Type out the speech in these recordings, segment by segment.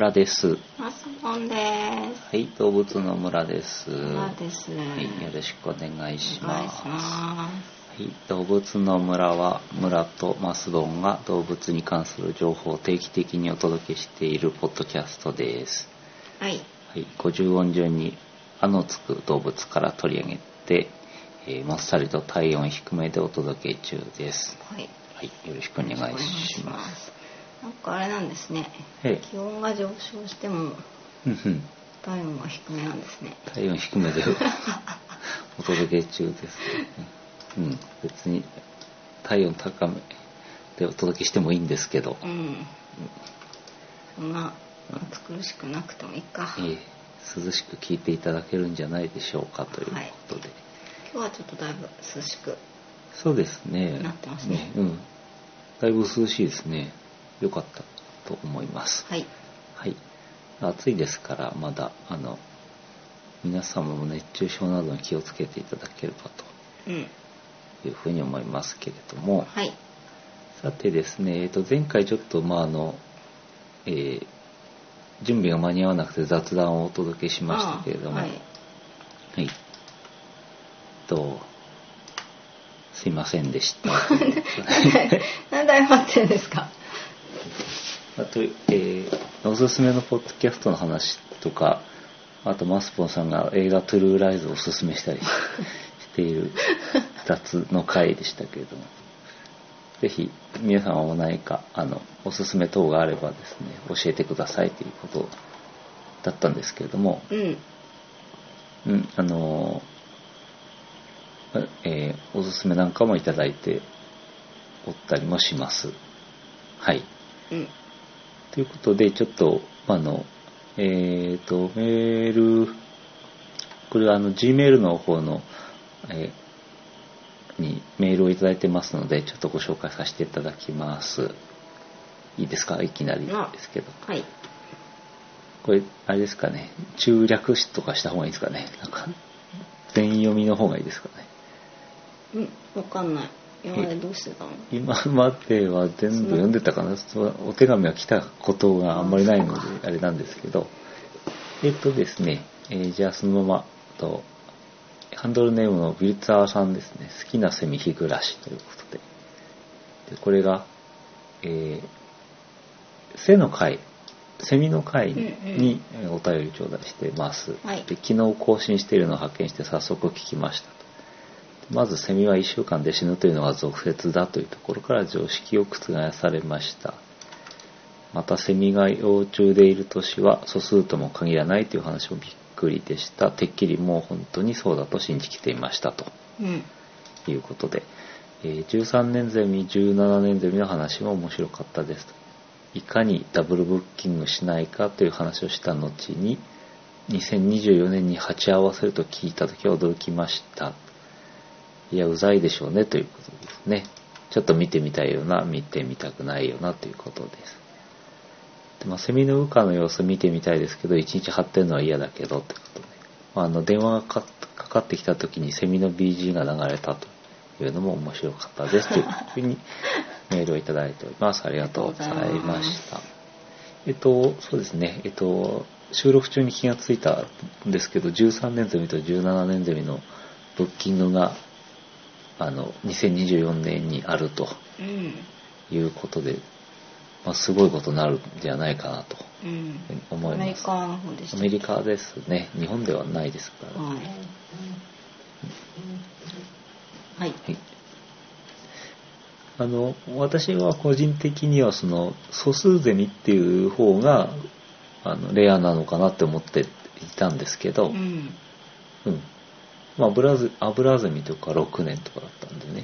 村です。 マスボンです。 はい、動物の村です。 村です。 はい、よろしくお願いします。 はい、 動物の村は村とマスボンが動物に関する情報を定期的にお届けしているポッドキャストです。 はい。 はい、50音順に「あ」のつく動物から取り上げて、もっさりと体温低めでお届け中です。 はい。 はい、よろしくお願いします。 なんかあれなんですね。気温が上昇しても体温が低めなんですね。 体温低めでお届け中です、ね。別に体温高めでお届けしてもいいんですけど。 そんな暑苦しくなくてもいいか。 涼しく聞いていただけるんじゃないでしょうかということで。 今日はちょっとだいぶ涼しく。 そうですね。 なってますね。 だいぶ涼しいですね。良かったと思います。 はい。 はい。暑いですからまだ皆様も熱中症などに気をつけていただければというふうに思いますけれども、 はい。 さてですね、前回ちょっと準備が間に合わなくて雑談をお届けしましたけれども、はい。すいませんでした。 なんで謝ってるんですか。 あと、おすすめのポッドキャストの話とか、あとマスポンさんが映画トゥルーライズをおすすめしたりしている雑の回でしたけれども、ぜひ皆様も何かおすすめ等があればですね、教えてくださいということだったんですけれども、おすすめなんかもいただいておったりもします。はい。ということでちょっとメール、これはGmail の方の、にメールをいただいてますのでちょっとご紹介させていただきます。いいですか、いきなりですけど。 はい。 これあれですかね、中略とかした方がいいですかね、なんか全読みの方がいいですかね。 わかんない。今までどうしてたの？ 今までは全部読んでたかな。お手紙が来たことがあんまりないのであれなんですけど、ですね、じゃあそのままハンドルネームのビルツァーさんですね。好きなセミ日暮らしということで、これが、セミの会にお便り頂戴してます。で昨日更新しているのを発見して早速聞きましたと。まずセミは1週間で死ぬというのが俗説だというところから常識を覆されました。またセミが幼虫でいる年は素数とも限らないという話もびっくりでした。てっきりもう本当にそうだと信じきていましたと、いうことで、13年ゼミ17年ゼミの話も面白かったですと。いかにダブルブッキングしないかという話をした後に2024年に鉢合わせると聞いた時は驚きました。いやうざいでしょうねということですね。ちょっと見てみたいような見てみたくないようなということです。で、セミの羽化の様子見てみたいですけど1日張ってるのは嫌だけどということで、電話がかかってきた時にセミの BG が流れたというのも面白かったですというふうにメールをいただいております。ありがとうございました。そうですね、収録中に気がついたんですけど、13年ゼミと17年ゼミのブッキングが2024年にあるということで、すごいことになるんじゃないかなと思います。 アメリカの方でしたっけ？ アメリカですね。日本ではないですから。 はい。 私は個人的には素数ゼミっていう方がレアなのかなって思っていたんですけど、アブラゼミとか6年とかだったんでね。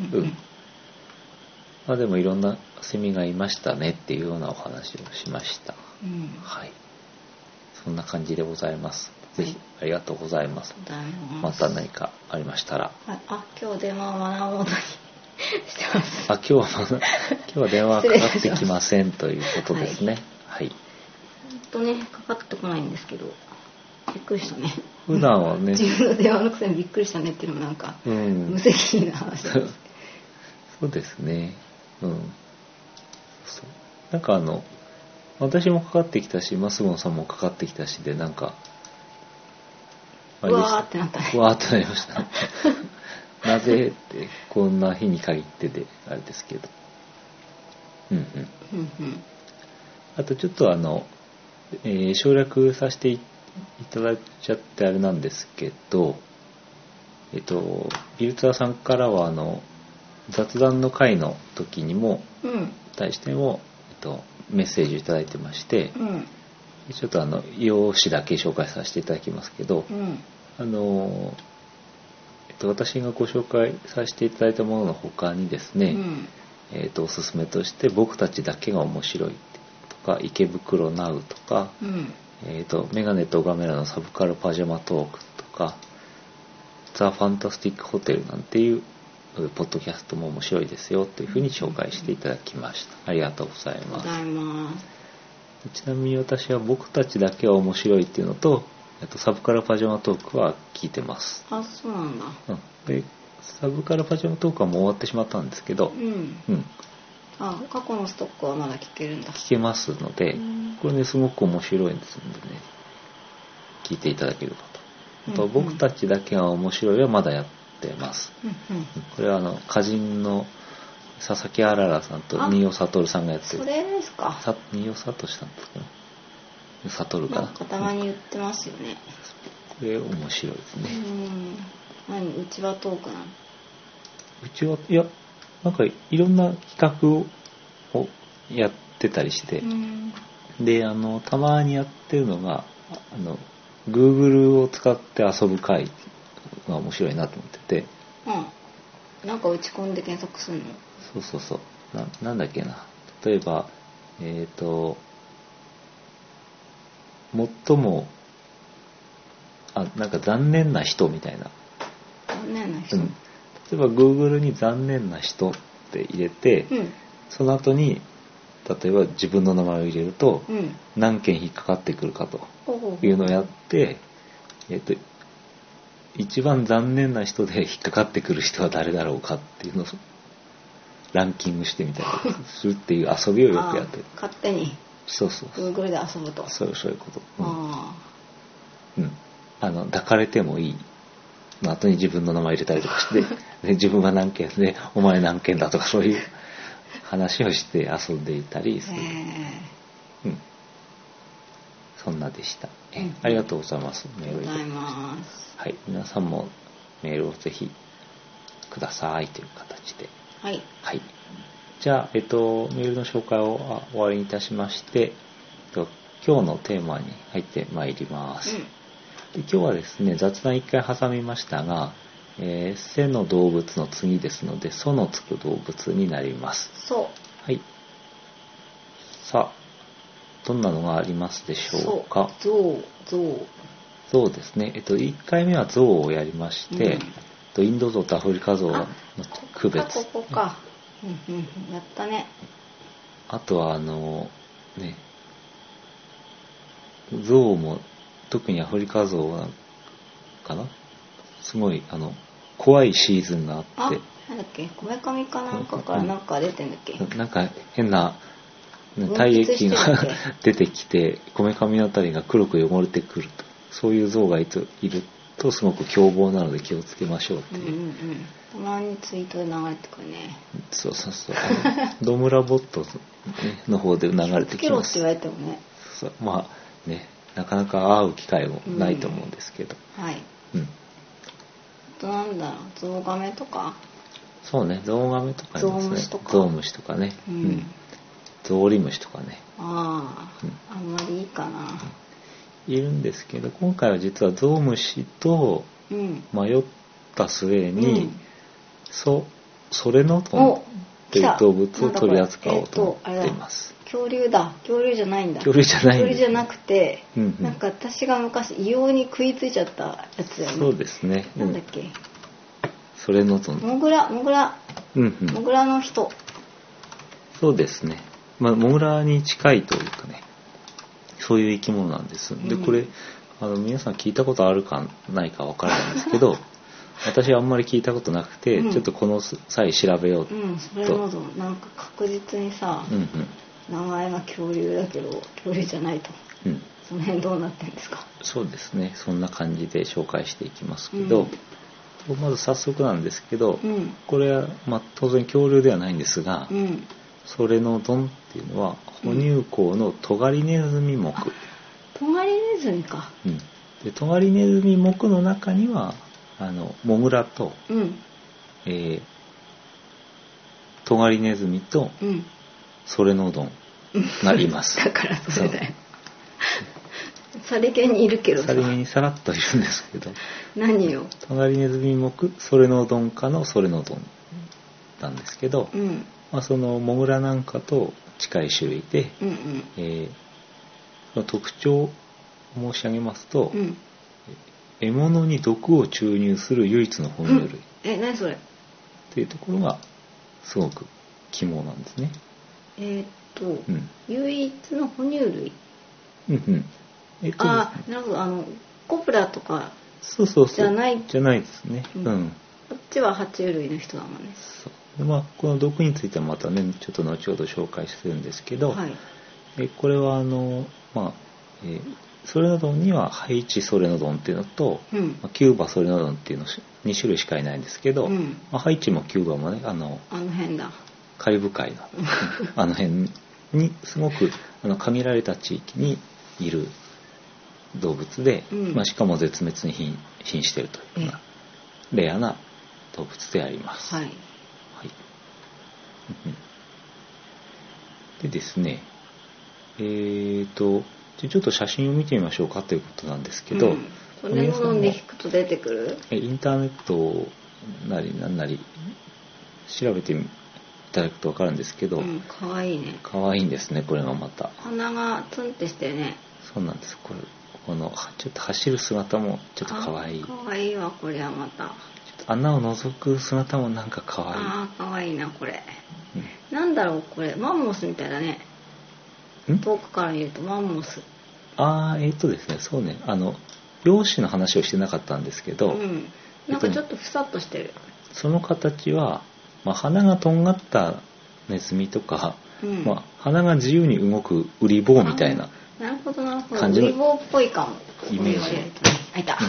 でもいろんなセミがいましたねっていうようなお話をしました。はい。そんな感じでございます。ぜひありがとうございます。また何かありましたら。 今日電話をマナーモードにしてます。 今日は電話がかかってきませんということですね。はい。 かかってこないんですけど、びっくりしたね。 普段はね。 自分の電話のくせにびっくりしたねっていうのもなんか、無責任な話です。そうですね。なんか私もかかってきたし、マスボンさんもかかってきたしで、なんかうわーってなったね。 うわーってなりましたね。なぜってこんな日に限ってであれですけど。あとちょっと省略させていただいちゃってあれなんですけど、ビルツァーさんからは雑談の会の時にも、対しても、メッセージをいただいてまして、ちょっと用紙だけ紹介させていただきますけど、私がご紹介させていただいたものの他にですね、おすすめとして僕たちだけが面白いとか池袋ナウとか、メガネとガメラのサブカルパジャマトークとかザ・ファンタスティックホテルなんていうポッドキャストも面白いですよというふうに紹介していただきました。ありがとうございます。ちなみに私は僕たちだけは面白いっていうのとサブカルパジャマトークは聞いてます。 あ、そうなんだ。 でサブカルパジャマトークはもう終わってしまったんですけど、 過去のストックはまだ聞けるんだ。 聞けますので、これねすごく面白いんですのでね、聞いていただけるかと。あと僕たちだけが面白いはまだやってます。これは歌人の佐々木あららさんと新尾悟さんがやってる。 それですか。 新尾聡さんですかね。悟かな。 たまに言ってますよね。 これ面白いですね。 何、うちわトークなの？ うちは、いや、なんかいろんな企画をやってたりして、で、たまにやってるのが、Google を使って遊ぶ会が面白いなと思ってて。 なんか打ち込んで検索するの？ そう。なんだっけな。例えば、最も、なんか残念な人みたいな。 残念な人？ 例えば Google に残念な人って入れて、その後に例えば自分の名前を入れると、何件引っかかってくるかというのをやって、一番残念な人で引っかかってくる人は誰だろうかっていうのをランキングしてみたりするっていう遊びをよくやってる。 勝手に。 そう。 Google で遊ぶと。 そういうこと。抱かれてもいいの後に自分の名前入れたりとかしてで自分は何件でお前何件だとかそういう話をして遊んでいたりする。そんなでした。ありがとうございます。 メールいただきます。 はい、皆さんもメールをぜひくださいという形で。 はい。 じゃあ、メールの紹介を終わりにいたしまして、今日のテーマに入ってまいります。で今日はですね、雑談1回挟みましたが、背の動物の次ですので、ソのつく動物になります。 そう。 はい。さあ、どんなのがありますでしょうか。象ですね。1回目は象をやりまして、インド象とアフリカ象の区別。 ここか。やったね。 あとは象も特にアフリカゾウかな、すごい怖いシーズンがあって、 なんだっけ、こめかみかなんかからなんか出てんだっけ、 なんか変な体液が出てきてこめかみのあたりが黒く汚れてくると、そういう象がいるとすごく凶暴なので気をつけましょうっていう、 たまにツイートで流れてくるね。 そうドムラボットの方で流れてきます。 気をつけろって言われてもね、 まあね、なかなか会う機会もないと思うんですけど、 はい。あとなんだろう、ゾウガメとか。 そうね、ゾウガメとかね、ゾウムシとかね、ゾウリムシとかね、 あんまりいいかな、 いるんですけど、今回は実はゾウムシと迷った末に、それのとという動物を取り扱おうと思っています。 恐竜だ。恐竜じゃないんだ。 恐竜じゃないんだ。 恐竜じゃなくて、なんか私が昔異様に食いついちゃったやつだよね。 そうですね。 なんだっけ。 それのとモグラの人。 そうですね。モグラに近いというかね、そういう生き物なんです。でこれ皆さん聞いたことあるかないかわからないんですけど。私はあんまり聞いたことなくて、ちょっとこの際調べようと。 それほどなんか確実にさ、 名前が恐竜だけど恐竜じゃないと、その辺どうなってんですか？ そうですね、そんな感じで紹介していきますけど、まず早速なんですけど、これは、当然恐竜ではないんですが、ソレノドンっていうのは哺乳綱のトガリネズミ目。 トガリネズミか。 でトガリネズミ目の中にはモグラと、トガリネズミと、ソレノドンがいます。 だからそれだよ。さりげにいるけどさりげにさらっといるんですけど。 何よ。 トガリネズミ目ソレノドン科のソレノドンなんですけど、そのモグラなんかと近い種類で、その特徴を申し上げますと、獲物に毒を注入する唯一の哺乳類。 何それ？ っていうところがすごく肝なんですね。 唯一の哺乳類。なるほど、コブラとかじゃないですね。 こっちは爬虫類の人だもんね。 そうで、この毒についてはまたねちょっと後ほど紹介するんですけど、これはソレノドンにはハイチソレノドンっていうのと、キューバソレノドンっていうの2種類しかいないんですけど、ハイチもキューバもねあの辺だ、 カリブ海のあの辺にすごく限られた地域にいる動物で、しかも絶滅に瀕しているというようなレアな動物であります。でですね、ちょっと写真を見てみましょうかということなんですけど、 それもで引くと出てくる？ インターネットなりなんなり調べていただくと分かるんですけど、 かわいいね。 かわいいんですね、これがまた。 鼻がツンってしてるね。 そうなんです。このちょっと走る姿もちょっとかわいい。 かわいいわ、これはまた。ちょっと穴を覗く姿もなんかかわいい。 かわいいなこれ。なんだろうこれ、マンモスみたいだね。遠くから見るとマンモス。 ですね、そうね、容姿の話をしてなかったんですけど、 なんかちょっとふさっとしてる。 その形は、鼻がとんがったネズミとか、鼻が自由に動くウリ坊みたいな感じのウリ坊っぽいかもイメージ。 いた。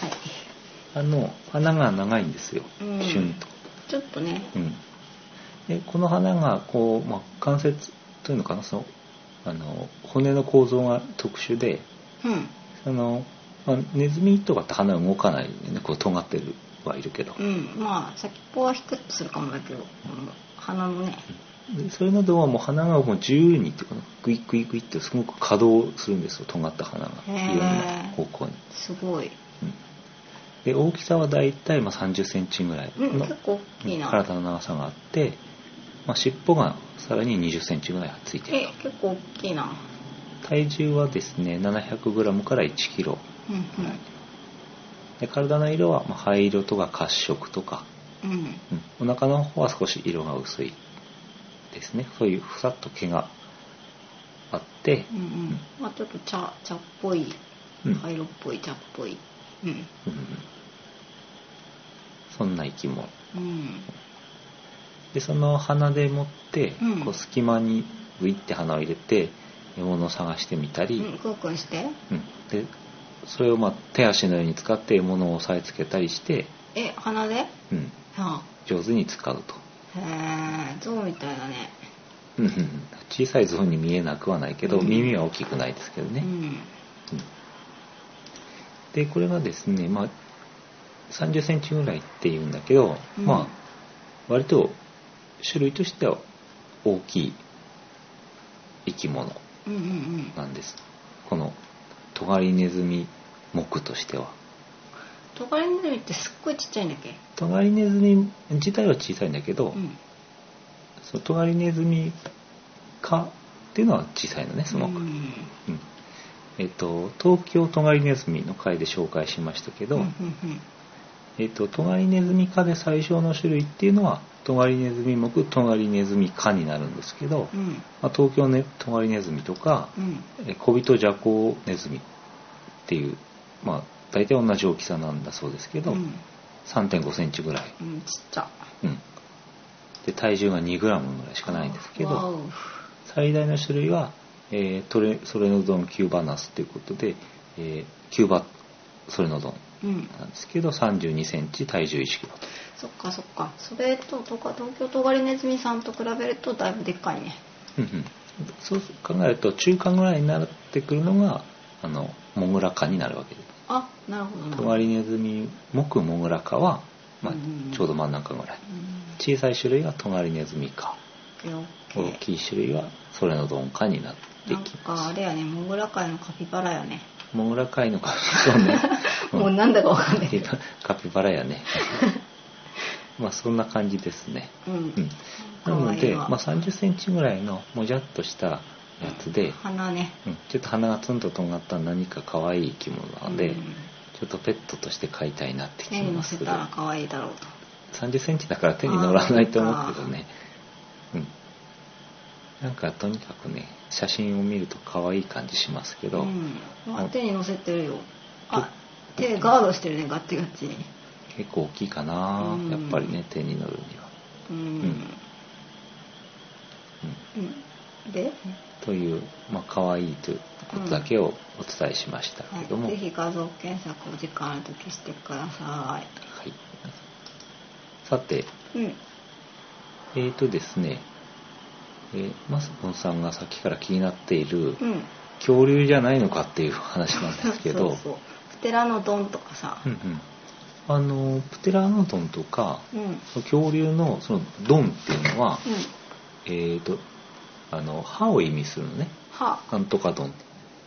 鼻が長いんですよ、シュンと。 ちょっとね。 でこの鼻が関節というのかな、骨の構造が特殊で、ネズミとかって鼻は動かないでね、とんがってるはいるけど、 先っぽはヒクッとするかもだけど、鼻のね、 それなどはもう鼻がもう自由にっていうかな、グイグイグイってすごく可動するんですよ、とんがった鼻がいろんな方向に。 すごい。 で大きさはだいたい30センチぐらいの結構大きいな。 体の長さがあって、尻尾がさらに20センチぐらいついてる。 結構大きいな。 体重はですね 700g から1キロ。で体の色は灰色とか褐色とか、お腹の方は少し色が薄いですね。そういうふさっと毛があって、 ちょっと茶っぽい、灰色っぽい茶っぽい、 そんな生き物、でその鼻でもって、隙間にグイって鼻を入れて獲物を探してみたり、 クンクンして、 でそれを手足のように使って獲物を押さえつけたりして、 鼻で、 上手に使うと。 象みたいだね。 小さい象に見えなくはないけど、耳は大きくないですけどね。でこれがですね、30センチぐらいっていうんだけど、割と種類としては大きい生き物なんです。このトガリネズミ目としては。 トガリネズミってすっごいちっちゃいんだっけ？ トガリネズミ自体は小さいんだけど、トガリネズミ科っていうのは小さいのね、すごく。東京トガリネズミの回で紹介しましたけど、トガリネズミ科で最小の種類っていうのはトガリネズミ目トガリネズミ科になるんですけど、東京トガリネズミとか、小人ジャコネズミっていう、大体同じ大きさなんだそうですけど、3.5 センチぐらい、 ちっちゃ、 で体重が2グラムぐらいしかないんですけど、 最大の種類は、ソレノドンキューバナスということで、キューバソレノドンなんですけど、32センチ体重1キロと。 そっかそっか。それと東京トガリネズミさんと比べるとだいぶでっかいね。 そう考えると中間ぐらいになってくるのがモグラ科になるわけです。 あ、なるほど。 トガリネズミ木モグラ科は、ちょうど真ん中ぐらい。小さい種類がトガリネズミ科。大きい種類はソレノドン科になってきます。 なんかあれやね、モグラ界のカピバラやね。 モグラ界のカピバラね。 もうなんだかわかんないけど。 カピバラやね。そんな感じですね。なので、30センチぐらいのもじゃっとしたやつで、 鼻ね、 ちょっと鼻がツンととんがった何か可愛い生き物なので、ちょっとペットとして飼いたいなって気もする。 手に乗せたら可愛いだろうと。 30センチだから手に乗らないと思うけどね。なんかとにかくね、写真を見ると可愛い感じしますけど、 手に乗せてるよ。手ガードしてるね、ガッチガチに。 結構大きいかな、やっぱりね、手に乗るには。 でという、可愛いということだけをお伝えしましたけども、 ぜひ画像検索お時間あるときしてください。はい。 さて、ですね、マスボンさんがさっきから気になっている、恐竜じゃないのかっていう話なんですけど、 そうプテラノドンとかさ、 プテラノドンとか、恐竜のそのドンっていうのは、歯を意味するのね。なんとかドン、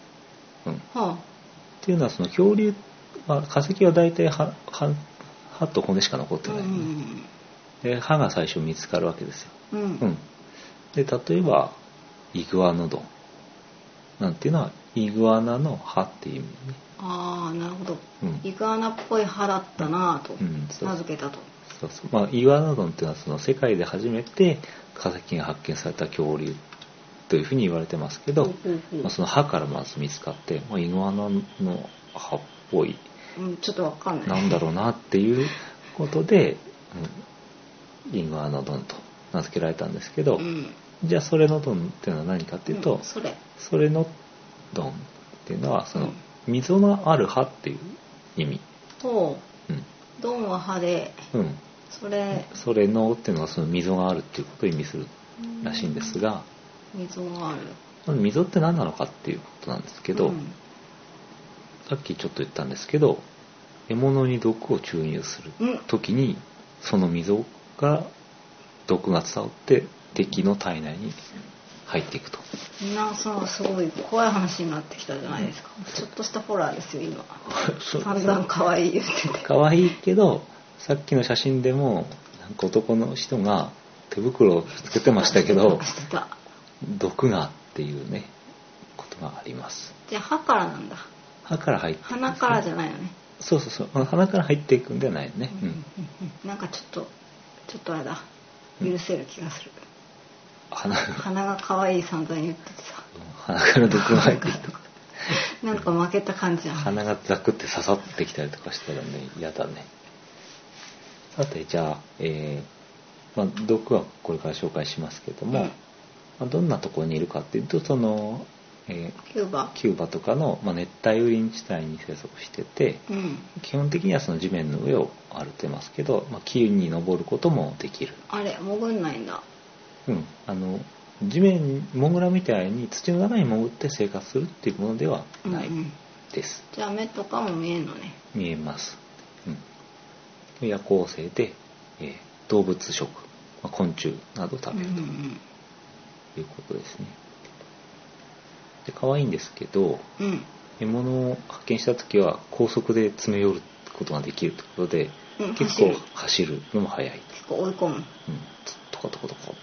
っていうのはその恐竜は化石は大体歯と骨しか残ってないのね。で歯が最初見つかるわけですよ。で例えばイグアノドンなんていうのはイグアナの歯っていう意味ね。 ああ、なるほど。イグアナっぽい歯だったなと名付けたと。 イグアナドンっていうのはその世界で初めて化石が発見された恐竜というふうに言われてますけど、その歯からまず見つかって、イグアナの歯っぽい、 ちょっとわかんない。 なんだろうなっていうことで、イグアナドンと名付けられたんですけど、じゃあソレノドンっていうのは何かっていうと、ソレノドンっていうのはその溝がある歯っていう意味。 ドンは歯で、 ソレノっていうのはその溝があるっていうことを意味するらしいんですが、 溝がある。 溝って何なのかっていうことなんですけど、さっきちょっと言ったんですけど、獲物に毒を注入する時に、その溝が毒が伝わって敵の体内に入っていくと。 すごい怖い話になってきたじゃないですか。ちょっとしたホラーですよ今。散々可愛い言ってて。 可愛いけど、さっきの写真でもなんか男の人が手袋をつけてましたけど、毒がっていうねことがあります。 じゃあ歯からなんだ。 歯から入っていく、 鼻からじゃないよね。 そう鼻から入っていくんではないよね。 なんかちょっとあれだ、許せる気がする。鼻が可愛い散々言っててさ、 鼻から毒が入ってきたなんか負けた感じじゃん。 鼻がザクって刺さってきたりとかしたらね、嫌だね。さてじゃあ、毒はこれから紹介しますけども、どんなところにいるかっていうと、その、キューバとかの、熱帯雨林地帯に生息してて、基本的にはその地面の上を歩いてますけど、木に登ることもできる。 あれ潜んないんだ。 地面モグラみたいに土の中に潜って生活するっていうものではないです。 じゃあ目とかも見えるのね。 見えます。夜行性で、動物食、昆虫などを食べるということですね。で可愛いんですけど、獲物を発見した時は高速で詰め寄ることができるということで、結構走るのも速い。 結構追い込む。 トコトコトコとか。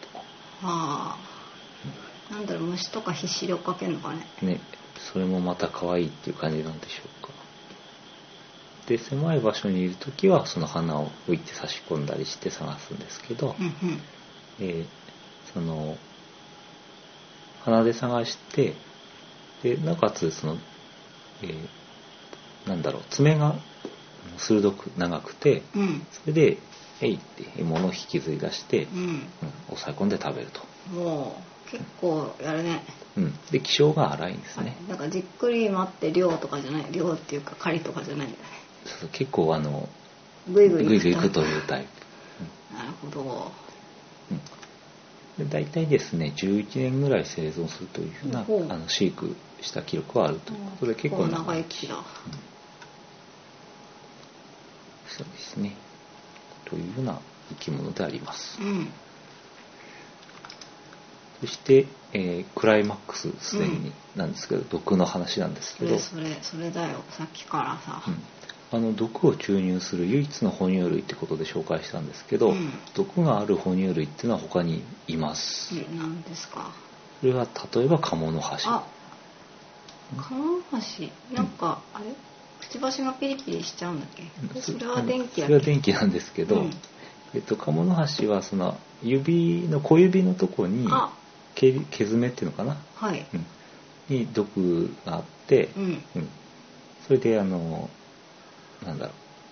なんだろう、虫とか必死で追っかけるのかね。 それもまた可愛いっていう感じなんでしょうか。で狭い場所にいる時はその花を浮いて差し込んだりして探すんですけど、その鼻で探して、でなおかつその、爪が鋭く長くて、それで「えい」って獲物を引きずり出して、抑え込んで食べると。 結構やるね。 で気性が荒いんですね。 なんかじっくり待って量とかじゃない、量っていうか狩りとかじゃないんだね。 そう結構グイグイ行くというタイプ。なるほど。 で大体ですね11年ぐらい生存するというふうな飼育した記録はあるということで結構長生きだ。 そうですね。というような生き物であります。そして、クライマックスすでになんですけど、毒の話なんですけど、 それだよ。さっきからさ、 毒を注入する唯一の哺乳類ってことで紹介したんですけど、毒がある哺乳類っていうのは他にいます。 何ですか？ それは例えばカモノハシ。 カモノハシなんか、あれくちばしがピリピリしちゃうんだっけ？それは電気だっけ？ それは電気なんですけど、カモノハシはその小指のとこに毛爪っていうのかな、に毒があって、それでなんだろ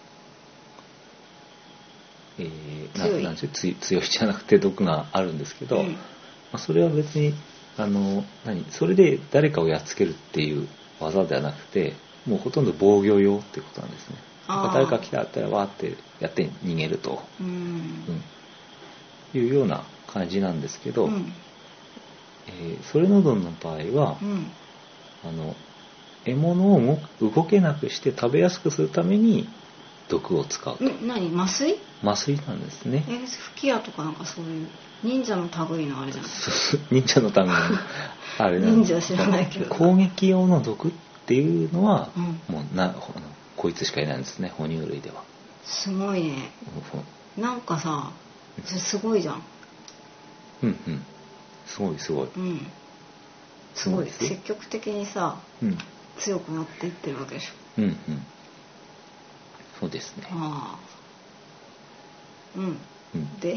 う、なんていう強いじゃなくて毒があるんですけど、それは別にそれで誰かをやっつけるっていう技ではなくて、もうほとんど防御用っていうことなんですね。誰か来たらわーってやって逃げると、いうような感じなんですけど、ソレノドンの場合は、獲物を動けなくして食べやすくするために毒を使うと。 麻酔？ 麻酔なんですね。 吹き矢とかなんかそういう忍者の類のあれじゃない？ 忍者の類のあれなんです。 忍者知らないけど。 攻撃用の毒っていうのは、もうこいつしかいないんですね、哺乳類では。 すごいね。なんかさ、それすごいじゃん。 すごい。すごい積極的にさ、強くなっていってるわけでしょ。 そうですね。 で、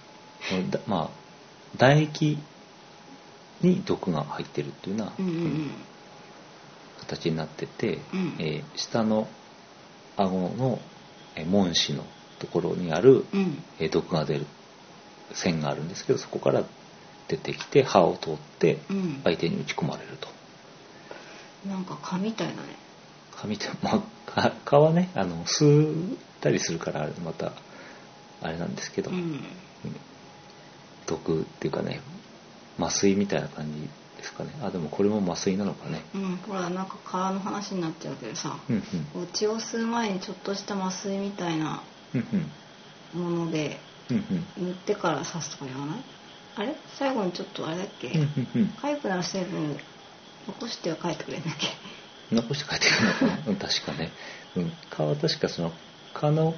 唾液に毒が入ってるっていうような形になってて、下の顎の門歯のところにある毒が出る線があるんですけど、そこから出てきて歯を通って相手に打ち込まれると。 なんか蚊みたいだね。 蚊みたい、蚊はね吸ったりするからまたあれなんですけど、毒っていうかね、麻酔みたいな感じですかね。でもこれも麻酔なのかね。 ほらなんか蚊の話になっちゃうけどさ、血を吸う前にちょっとした麻酔みたいなもので塗ってから刺すとか言わない？あれ最後にちょっとあれだっけ、痒くなる成分残しては帰ってくれんだっけ？ 残して帰ってくるのかな確かね。蚊は確かその蚊の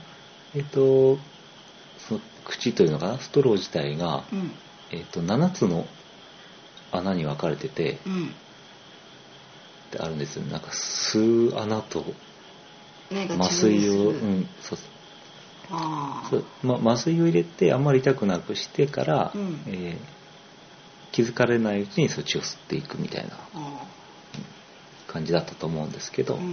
その口というのかな、ストロー自体が、7つの穴に分かれてて、ってあるんですよ。なんか吸う穴と麻酔を、麻酔を入れてあんまり痛くなくしてから、気づかれないうちにそっちを吸っていくみたいな感じだったと思うんですけど、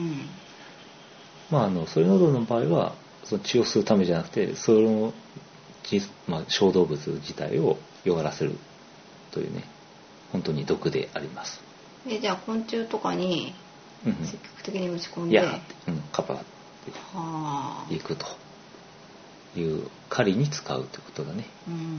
ソレノドンの場合はその血を吸うためじゃなくて、その小動物自体を弱らせるというね、本当に毒であります。 じゃあ昆虫とかに積極的に打ち込んで、 カパっていくという狩りに使うということだね。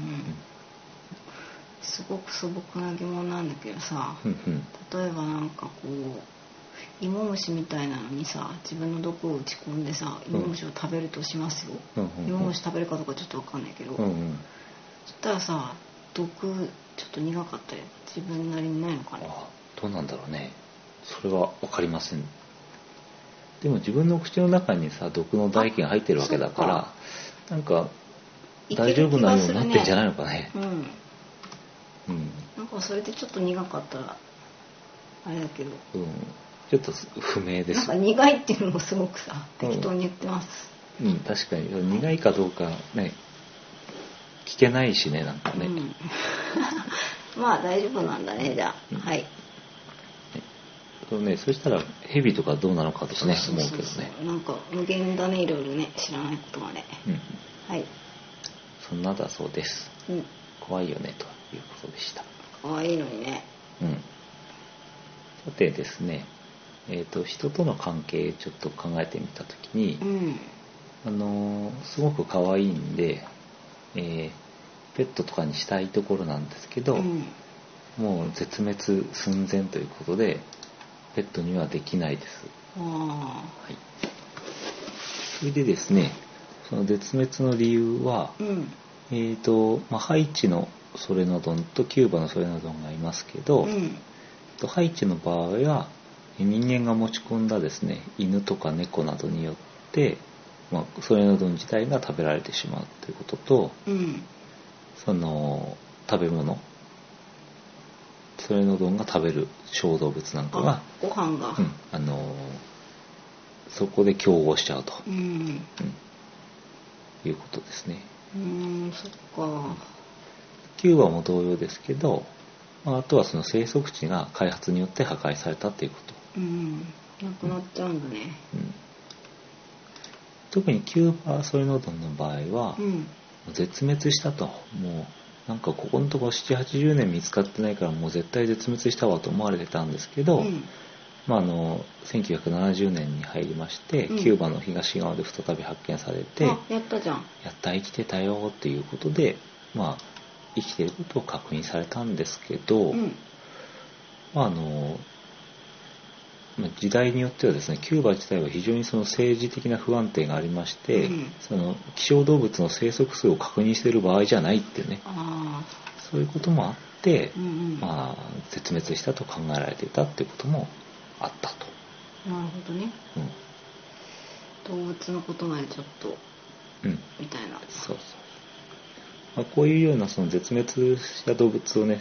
すごく素朴な疑問なんだけどさ、例えばなんかこう芋虫みたいなのにさ、自分の毒を打ち込んでさ、芋虫を食べるとしますよ。芋虫食べるかどうかちょっと分かんないけど、そしたらさ、毒ちょっと苦かったり自分なりにないのかね。 どうなんだろうね。それは分かりません。でも自分の口の中にさ、毒の唾液が入ってるわけだから、なんか大丈夫なようになってんじゃないのかね。 なんかそれでちょっと苦かったらあれだけど、 ちょっと不明です。 なんか苦いっていうのもすごくさ、適当に言ってます。 確かに苦いかどうかね、聞けないしね、なんかね。 大丈夫なんだね、じゃあ。はい。 そしたらヘビとかどうなのかとかね、思うけどね。 なんか無限だね、いろいろね、知らないことがね。はい。 そんなだそうです。怖いよねということでした。 ああいいのにね。 さてですね、人との関係ちょっと考えてみたときに、すごく可愛いんで、ペットとかにしたいところなんですけど、もう絶滅寸前ということでペットにはできないです。はい、それでですね、その絶滅の理由は、ハイチのソレノドンとキューバのソレノドンがいますけど、ハイチの場合は人間が持ち込んだですね、犬とか猫などによって、ソレノドン自体が食べられてしまうということと、その食べ物、ソレノドンが食べる小動物なんかがご飯が、 そこで競合しちゃうと、いうことですね。 そっか。 キューバも同様ですけど、あとはその生息地が開発によって破壊されたということ。 なくなっちゃうんだね。 特にキューバソレノドンの場合は、絶滅したと、もうなんかここのところ7、80年見つかってないからもう絶対絶滅したわと思われてたんですけど、1970年に入りまして、キューバの東側で再び発見されて、 やったじゃん、 やった生きてたよっていうことで、生きていることを確認されたんですけど、時代によってはですね、キューバ自体は非常にその政治的な不安定がありまして、その希少動物の生息数を確認している場合じゃないっていうね、そういうこともあって、絶滅したと考えられていたっていうこともあったと。 なるほどね。動物のことまでちょっと、みたいな。 そうそう。こういうようなその絶滅した動物をね、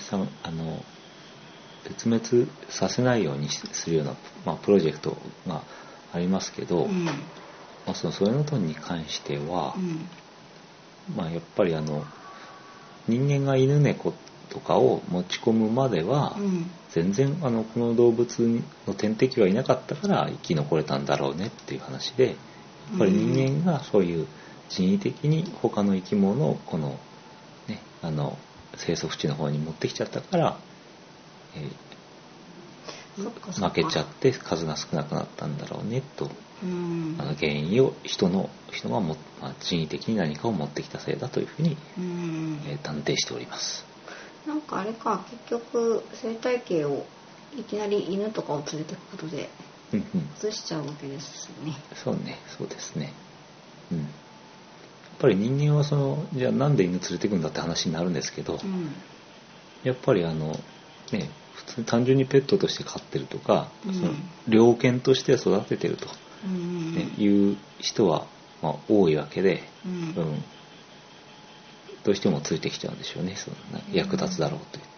絶滅させないようにするような、プロジェクトがありますけど、そのソレノドンに関しては、やっぱり人間が犬猫とかを持ち込むまでは、全然この動物の天敵はいなかったから生き残れたんだろうねっていう話で、やっぱり人間がそういう人為的に他の生き物をこのね、生息地の方に持ってきちゃったから、負けちゃって数が少なくなったんだろうねと、原因を人が人為的に何かを持ってきたせいだというふうに、断定しております。 なんかあれか、結局生態系をいきなり犬とかを連れていくことで崩しちゃうわけですよね。 そうですね。やっぱり人間はじゃあなんで犬連れていくんだって話になるんですけど、やっぱり普通に単純にペットとして飼ってるとか、その猟犬として育ててると、いう人は多いわけで、どうしてもついてきちゃうんでしょうね。役立つだろうと言って。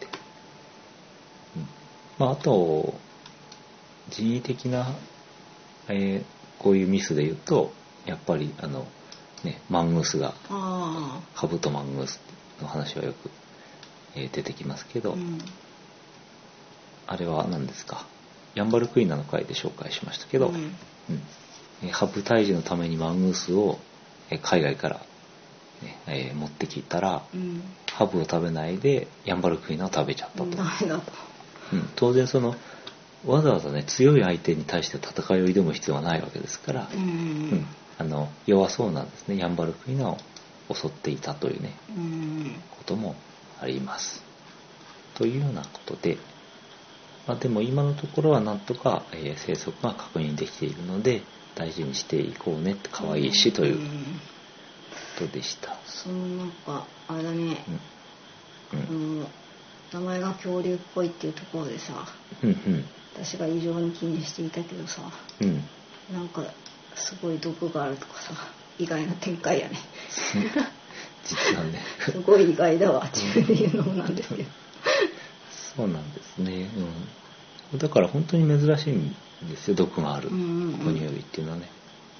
あと人為的な、こういうミスで言うと、やっぱりマングースがカブトマングースの話はよく、出てきますけど、あれは何ですか、ヤンバルクイナの回で紹介しましたけど、ハブ退治のためにマングースを海外から、持ってきたら、ハブを食べないでヤンバルクイナを食べちゃったと。当然わざわざね、強い相手に対して戦いを挑む必要はないわけですから、弱そうなんですね、ヤンバルクイナを襲っていたというね、こともあります。というようなことで、でも今のところはなんとか、生息が確認できているので大事にしていこうねって、可愛いしということでした。 なんかあれだね、名前が恐竜っぽいっていうところでさ、私が異常に気にしていたけどさ、なんかすごい毒があるとかさ、意外な展開やね。 実はねすごい意外だわ、自分で言うのもなんですけど。 そうなんですね、だから本当に珍しいんですよ、毒がある哺乳類っていうのはね、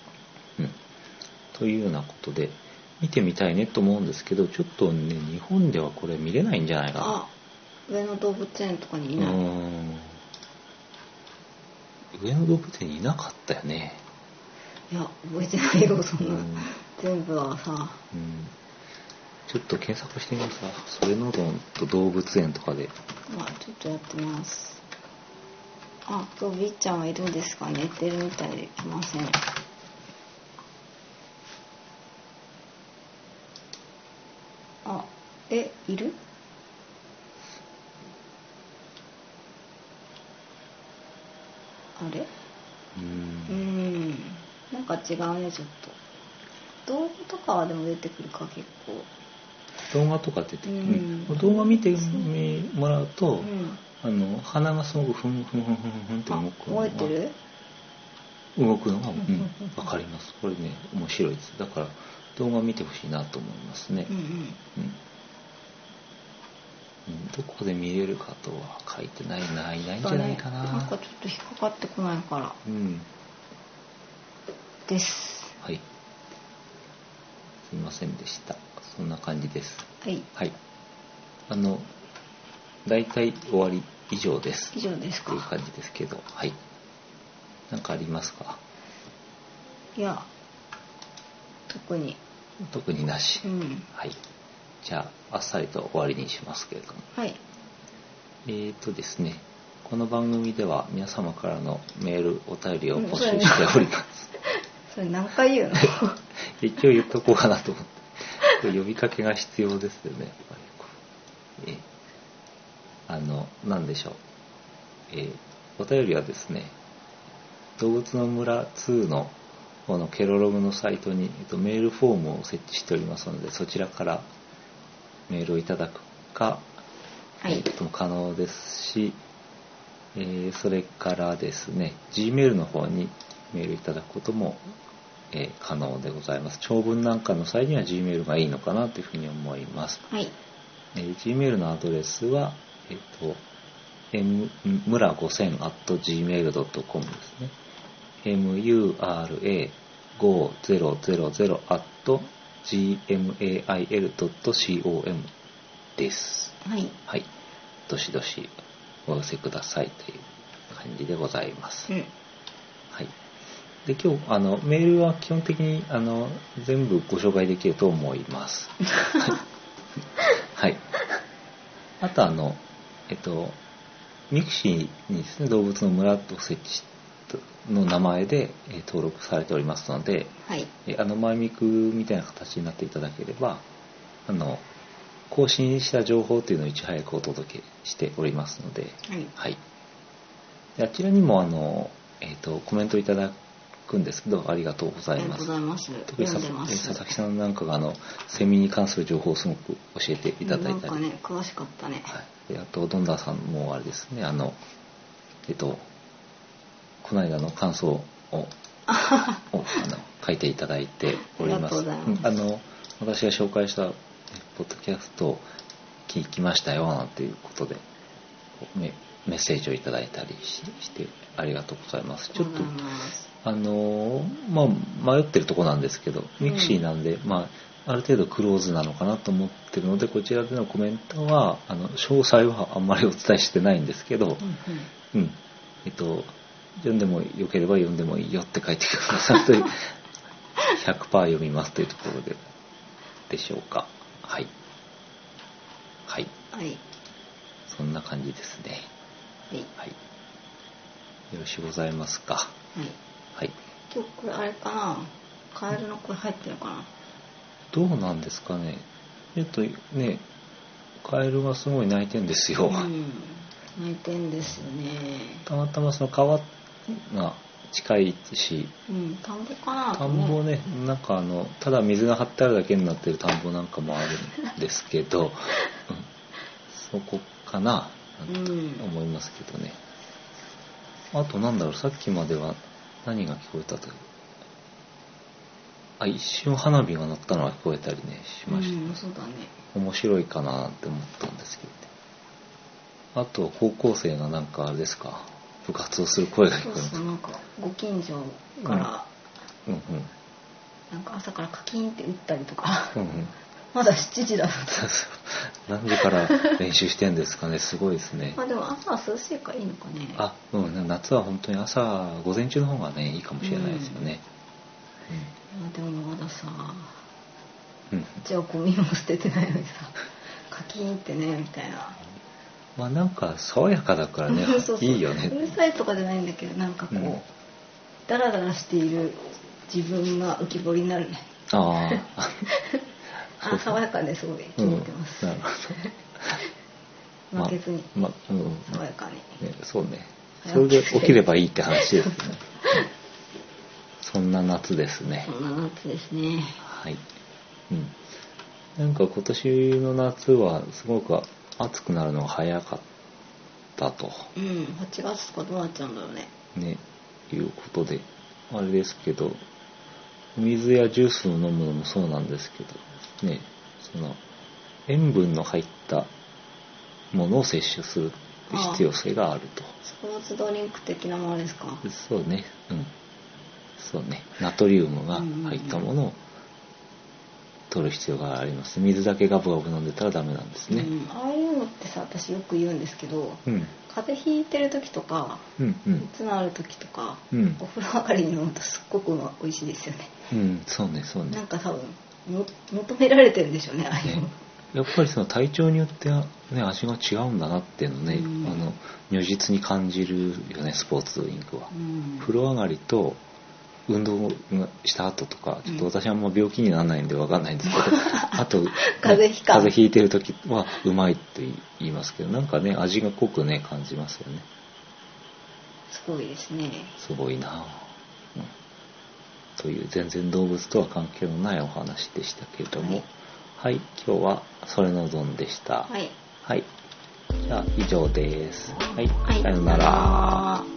というようなことで見てみたいねと思うんですけど、ちょっとね、日本ではこれ見れないんじゃないかな。 上野動物園とかにいない。 上野動物園にいなかったよね。 いや覚えてないよ、そんな、全部はさ、 ちょっと検索してみますか。それのと動物園とかで。 まあちょっとやってます。あ、今日ビッちゃんはいるんですか？寝てるみたいで来ません。あ、いる？あれ？なんか違うね、ちょっと。動画とかはでも出てくるか、結構。 動画とか出てくる。動画見てもらうと、鼻がすごくふんふんふんふんふんって動くのが。 覚えてる？ 動くのが、わかります。これね、面白いです。だから、動画見てほしいなと思いますね。どこで見れるかとは書いてないんじゃないかな。 なんかちょっと引っかかってこないから。です。 はい。すいませんでした。そんな感じです。 はい。 はい。だいたい終わり以上です。 以上ですか。 っていう感じですけど、はい。なんかありますか？ いや、特になし。はい。じゃあ、あっさりと終わりにしますけれども。 はい。 ですね、この番組では皆様からのメール、お便りを募集しております。 それ何回言うの？ 一応言っとこうかなと思って。これ呼びかけが必要ですよね、やっぱり。なんでしょう。お便りはですね、動物の村2のこのケロログのサイトに、メールフォームを設置しておりますので、そちらからメールをいただくか、も可能ですし、それからですね、Gmail の方にメールいただくことも、可能でございます。長文なんかの際には Gmail がいいのかなというふうに思います。 はい。 Gmail のアドレスは、mura5000@gmail.com ですね。mura5000@gmail.com です。 はい。 はい。どしどしお寄せくださいという感じでございます。はい。で、今日メールは基本的に全部ご紹介できると思います。はい。あとミクシーにですね、動物の村と設置の名前で登録されておりますので、 はい、 マイミクみたいな形になっていただければ更新した情報というのをいち早くお届けしておりますので、はい、であちらにもコメントいただくんですけど、ありがとうございます。特に佐々木さんなんかがセミに関する情報をすごく教えていただいたり、 なんかね、詳しかったね。 はい、であとドンダーさんもあれですね、この間の感想を書いていただいております。私が紹介したポッドキャストを聞きましたよなんていうことでメッセージをいただいたりしてありがとうございます。ちょっと迷ってるとこなんですけど、ミクシーなんで、ある程度クローズなのかなと思ってるので、こちらでのコメントは詳細はあんまりお伝えしてないんですけど、読んでもよければ読んでもいいよって書いてくださいという100% 読みますというところでしょうか。はいはい、そんな感じですね。はい、よろしゅうございますか。はい、 今日これあれかな、カエルの声入ってるかな。 どうなんですかね。ね、カエルがすごい鳴いてんですよ。 鳴いてんですよね。 たまたまその川が近いし、 田んぼかな。 田んぼね、なんかただ水が張ってあるだけになってる田んぼなんかもあるんですけど、そこかななんて思いますけどね。あとなんだろう、さっきまでは何が聞こえたという。一瞬花火が鳴ったのが聞こえたりねしました。 そうだね。 面白いかなって思ったんですけど、あと高校生がなんかあれですか、部活をする声が聞こえます。 そうなんかご近所から、なんか朝からカキンって打ったりとか、まだ7時だった。 何時から練習してんですかね。すごいですね。 でも朝は涼しいからいいのかね。 夏は本当に朝午前中の方がねいいかもしれないですよね。 でもまださ、 じゃあゴミも捨ててないのにさカキーンってねみたいな。 まあなんか爽やかだからねそうそういいよね。 うるさいとかじゃないんだけどなんかこう、ダラダラしている自分が浮き彫りになるね。ああ爽やかですごい気に入ってます、なるほど負けずに、爽やかに、 ね、そうねそれで起きればいいって話ですねそんな夏ですね。 そんな夏ですね。 はい、なんか今年の夏はすごく暑くなるのが早かったと。 8月とかどうなっちゃうんだろうね。 ね、いうことであれですけど、水やジュースを飲むのもそうなんですけどね、その塩分の入ったものを摂取する必要性があると。 スポーツドリンク的なものですか。 そうね、そうね、ナトリウムが入ったものを取る必要があります。水だけガブガブ飲んでたらダメなんですね。 ああいうのってさ、私よく言うんですけど、風邪ひいてる時とか、熱のある時とか、お風呂上がりに飲むとすっごく美味しいですよね。 そうねそうね。 なんか多分求められてるんでしょうね、ああいうの。 やっぱりその体調によっては、ね、味が違うんだなっていうのね、如実に感じるよね、スポーツドリンクは。風呂上がりと運動した後とか、ちょっと私はあんま病気にならないんで分かんないんですけど、あと風邪ひいてる時はうまいって言いますけど、なんかね味が濃くね感じますよね。 すごいですね。 すごいな、という全然動物とは関係のないお話でしたけれども、はい、今日はそれの丼でした。はい、じゃあ以上です。はい、さようなら。